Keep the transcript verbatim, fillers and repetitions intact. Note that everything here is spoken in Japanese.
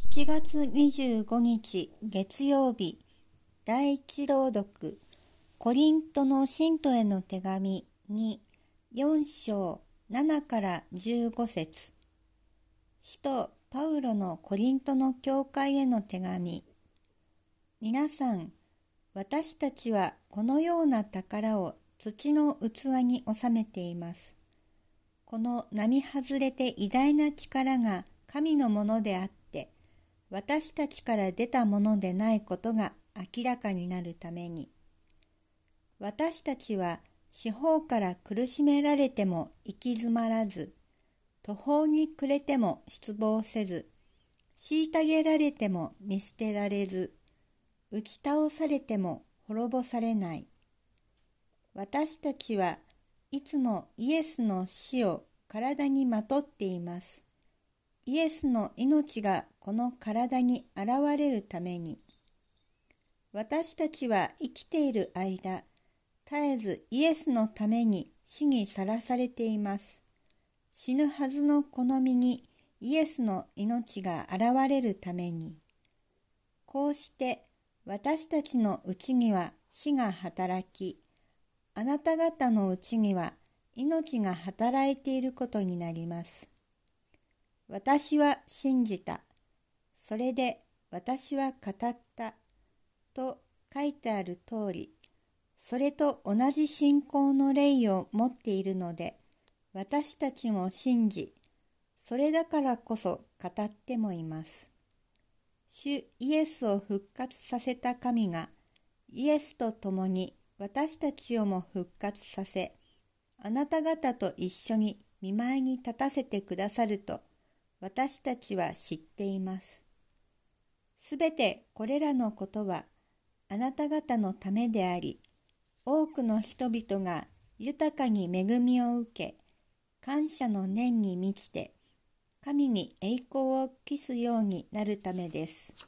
しちがつにじゅうごにち月曜日、第一朗読、コリントの信徒への手紙に、よん章ななからじゅうご節。使徒パウロのコリントの教会への手紙。皆さん、私たちはこのような宝を土の器に収めています。この並外れて偉大な力が神のものであって、私たちから出たものでないことが明らかになるために。私たちは四方から苦しめられても行き詰まらず、途方に暮れても失望せず、虐げられても見捨てられず、打ち倒されても滅ぼされない。私たちはいつもイエスの死を体にまとっています。イエスの命がこの体に現れるために。私たちは生きている間、絶えずイエスのために死にさらされています。死ぬはずのこの身にイエスの命が現れるために。こうして私たちのうちには死が働き、あなた方のうちには命が働いていることになります。私は信じた。それで私は語った。と書いてある通り、それと同じ信仰の霊を持っているので、私たちも信じ、それだからこそ語ってもいます。主イエスを復活させた神が、イエスと共に私たちをも復活させ、あなた方と一緒に御前に立たせてくださると、私たちは知っています。すべてこれらのことは、あなた方のためであり、多くの人々が豊かに恵みを受け、感謝の念に満ちて、神に栄光を期すようになるためです。